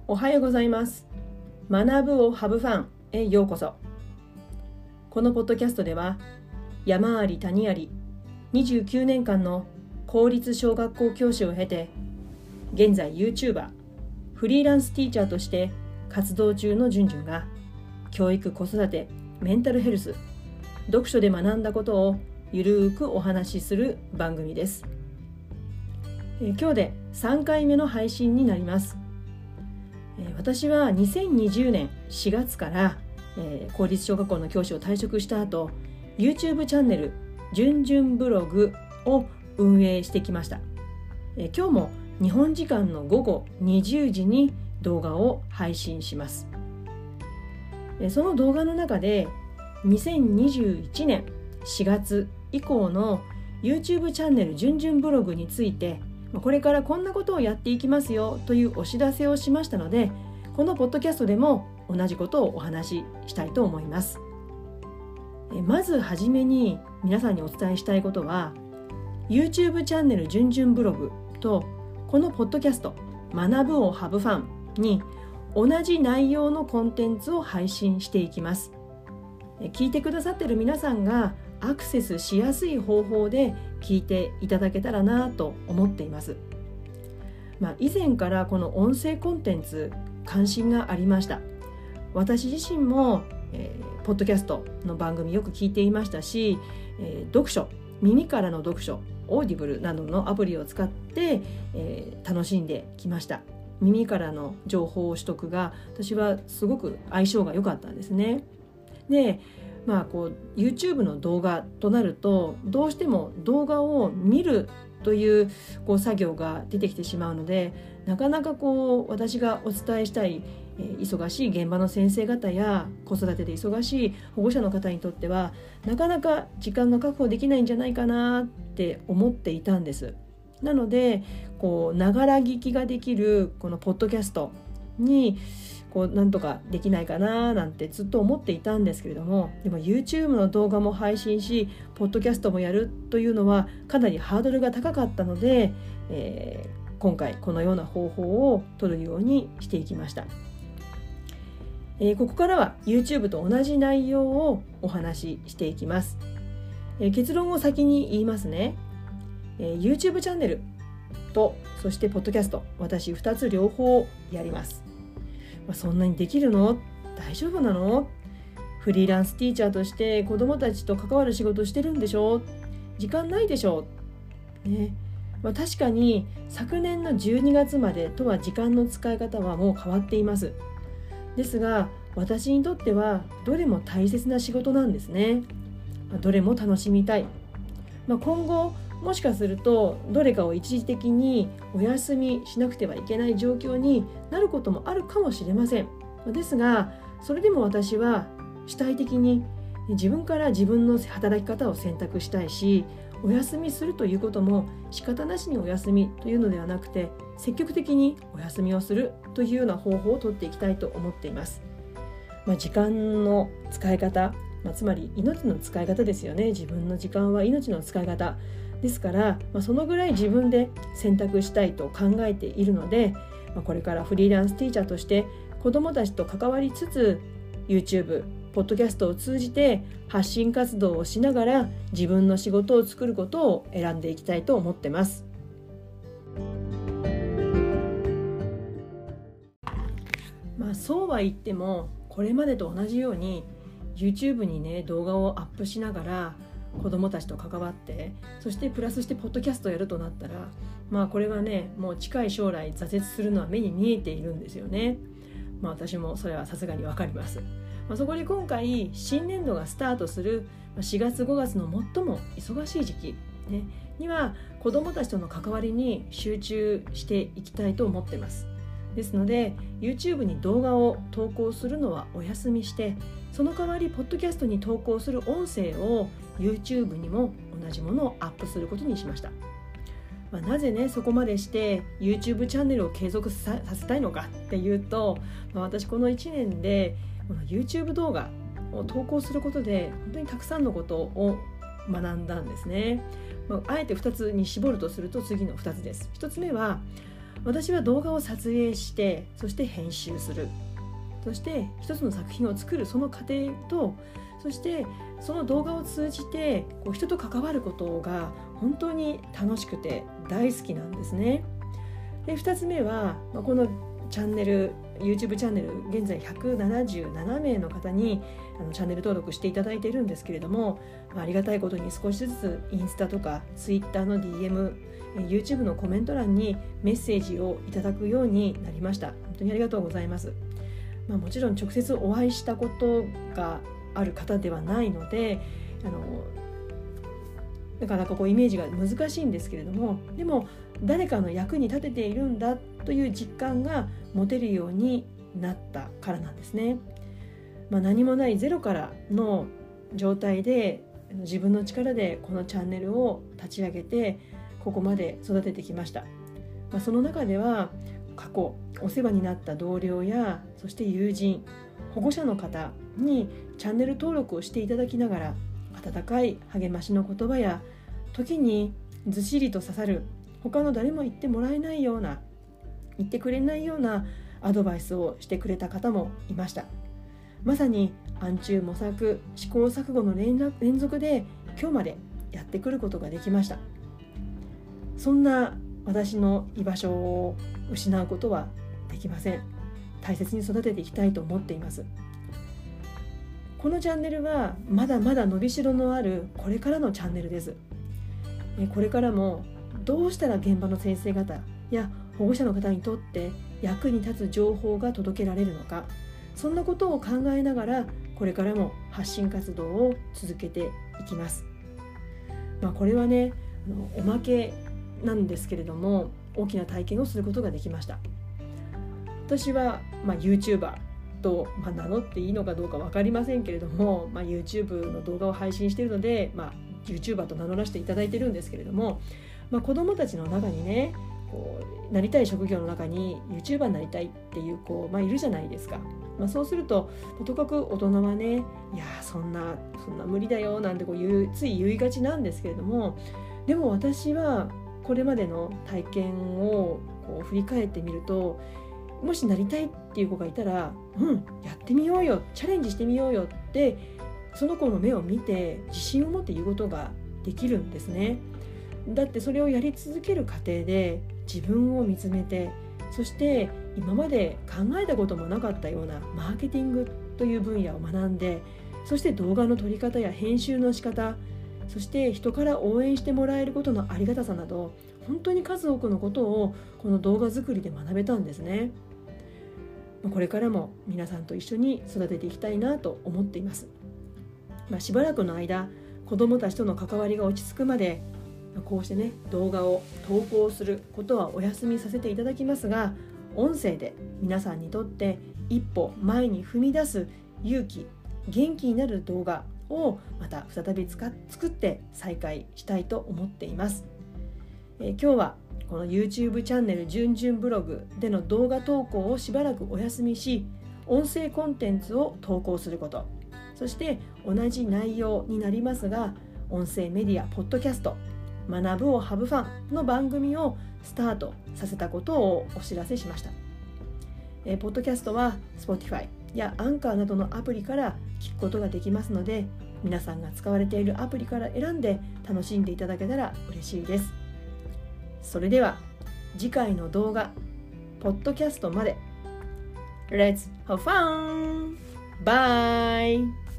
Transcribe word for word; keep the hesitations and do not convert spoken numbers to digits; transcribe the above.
おはようございます。学ぶをハブファンへようこそ。このポッドキャストでは山あり谷ありにじゅうきゅうねんかんの公立小学校教師を経て、現在 YouTuber、フリーランスティーチャーとして活動中のじゅんじゅんが、教育子育て、メンタルヘルス、読書で学んだことをゆるーくお話しする番組です。えー、今日でさんかいめの配信になります。えー、私はにせんにじゅうねんしがつから、えー、公立小学校の教師を退職した後、YouTube チャンネルじゅんじゅんブログを運営してきました。えー、今日も日本時間のごごにじゅうじに動画を配信します。えー、その動画の中でにせんにじゅういちねんしがつ以降の YouTube チャンネルじゅんじゅんブログについて、これからこんなことをやっていきますよというお知らせをしましたので、このポッドキャストでも同じことをお話ししたいと思います。まずはじめに皆さんにお伝えしたいことは、 YouTube チャンネルじゅんじゅんブログとこのポッドキャスト学ぶをハブファンに同じ内容のコンテンツを配信していきます。聞いてくださっている皆さんがアクセスしやすい方法で聞いていただけたらなと思っています。まあ、以前からこの音声コンテンツ関心がありました。私自身も、えー、ポッドキャストの番組よく聞いていましたし、えー、読書、耳からの読書、オーディブルなどのアプリを使って、えー、楽しんできました。耳からの情報取得が私はすごく相性が良かったんですね。で、まあ、こう YouTube の動画となると、どうしても動画を見るという、こう作業が出てきてしまうので、なかなかこう私がお伝えしたい、えー、忙しい現場の先生方や子育てで忙しい保護者の方にとっては、なかなか時間が確保できないんじゃないかなって思っていたんです。なので、こうながら聞きができるこのポッドキャストにこうなんとかできないかななんてずっと思っていたんですけれども、でも YouTube の動画も配信し、ポッドキャストもやるというのはかなりハードルが高かったので、えー、今回このような方法を取るようにしていきました。えー、ここからは YouTube と同じ内容をお話ししていきます。えー、結論を先に言いますね。えー、YouTube チャンネルとそしてポッドキャスト、私ふたつ両方やります。まあ、そんなにできるの？大丈夫なの？フリーランスティーチャーとして子どもたちと関わる仕事してるんでしょ？時間ないでしょ？ね。まあ、確かに昨年のじゅうにがつまでとは時間の使い方はもう変わっています。ですが私にとってはどれも大切な仕事なんですね。まあ、どれも楽しみたい。まあ、今後もしかするとどれかを一時的にお休みしなくてはいけない状況になることもあるかもしれません。ですがそれでも私は主体的に自分から自分の働き方を選択したいし、お休みするということも仕方なしにお休みというのではなくて、積極的にお休みをするというような方法をとっていきたいと思っています。まあ、時間の使い方、まあ、つまり命の使い方ですよね。自分の時間は命の使い方ですから、まあ、そのぐらい自分で選択したいと考えているので、まあ、これからフリーランスティーチャーとして子どもたちと関わりつつ YouTube、ポッドキャストを通じて発信活動をしながら自分の仕事を作ることを選んでいきたいと思ってます。まあ、そうは言ってもこれまでと同じように YouTube にね動画をアップしながら子どもたちと関わって、そしてプラスしてポッドキャストをやるとなったら、まあこれはねもう近い将来挫折するのは目に見えているんですよね。まあ私もそれはさすがにわかります。まあ、そこで今回新年度がスタートするしがつごがつの最も忙しい時期、ね、には子どもたちとの関わりに集中していきたいと思ってます。ですので YouTube に動画を投稿するのはお休みして、その代わりポッドキャストに投稿する音声を YouTube にも同じものをアップすることにしました。まあ、なぜねそこまでして YouTube チャンネルを継続 さ, させたいのかっていうと、まあ、私このいちねんでこの YouTube 動画を投稿することで本当にたくさんのことを学んだんですね。まあ、あえてふたつに絞るとすると次のふたつです。ひとつめは私は動画を撮影して、そして編集する、そして一つの作品を作るその過程と、そしてその動画を通じてこう人と関わることが本当に楽しくて大好きなんですね。でふたつめは、まあ、このチャンネル YouTube チャンネル現在ひゃくななじゅうななめいの方にあのチャンネル登録していただいているんですけれども、まあ、ありがたいことに少しずつインスタとか Twitter の ディーエム、YouTube のコメント欄にメッセージをいただくようになりました。本当にありがとうございます。まあ、もちろん直接お会いしたことがある方ではないので、あのなかなかこうイメージが難しいんですけれども、でも誰かの役に立てているんだという実感が持てるようになったからなんですね。まあ、何もないゼロからの状態で自分の力でこのチャンネルを立ち上げてここまで育ててきました。まあ、その中では過去お世話になった同僚や、そして友人、保護者の方にチャンネル登録をしていただきながら、温かい励ましの言葉や、時にずしりと刺さる他の誰も言ってもらえないような、言ってくれないようなアドバイスをしてくれた方もいました。まさに暗中模索、試行錯誤の連続で今日までやってくることができました。そんな私の居場所を失うことはできません。大切に育てていきたいと思っています。このチャンネルはまだまだ伸びしろのあるこれからのチャンネルです。これからもどうしたら現場の先生方や保護者の方にとって役に立つ情報が届けられるのか、そんなことを考えながらこれからも発信活動を続けていきます。まあ、これはね、おまけなんですけれども、大きな体験をすることができました。私は、まあ、YouTuber と、まあ、名乗っていいのかどうか分かりませんけれども、まあ、YouTube の動画を配信しているので、まあ、YouTuber と名乗らせていただいているんですけれども、まあ、子どもたちの中にね、こうなりたい職業の中に YouTuber になりたいっていう子、まあ、いるじゃないですか。まあ、そうするととかく大人はね、いやそんなそんな無理だよなんてこう言うつい言いがちなんですけれども、でも私はこれまでの体験をこう振り返ってみると、もしなりたいっていう子がいたら、うん、やってみようよ、チャレンジしてみようよってその子の目を見て自信を持って言うことができるんですね。だってそれをやり続ける過程で自分を見つめて、そして今まで考えたこともなかったようなマーケティングという分野を学んで、そして動画の撮り方や編集の仕方、そして人から応援してもらえることのありがたさなど、本当に数多くのことをこの動画作りで学べたんですね。これからも皆さんと一緒に育てていきたいなと思っています。まあ、しばらくの間、子どもたちとの関わりが落ち着くまで、こうしてね、動画を投稿することはお休みさせていただきますが、音声で皆さんにとって一歩前に踏み出す勇気、元気になる動画をまた再び使っ作って再開したいと思っています。えー、今日はこの YouTube チャンネルじゅんじゅんブログでの動画投稿をしばらくお休みし、音声コンテンツを投稿すること、そして同じ内容になりますが、音声メディア、ポッドキャスト、学ぶをハブファンの番組をスタートさせたことをお知らせしました。えー、ポッドキャストは Spotify やアンカーなどのアプリから聞くことができますので、皆さんが使われているアプリから選んで楽しんでいただけたら嬉しいです。それでは次回の動画、ポッドキャストまで Let's have fun! Bye!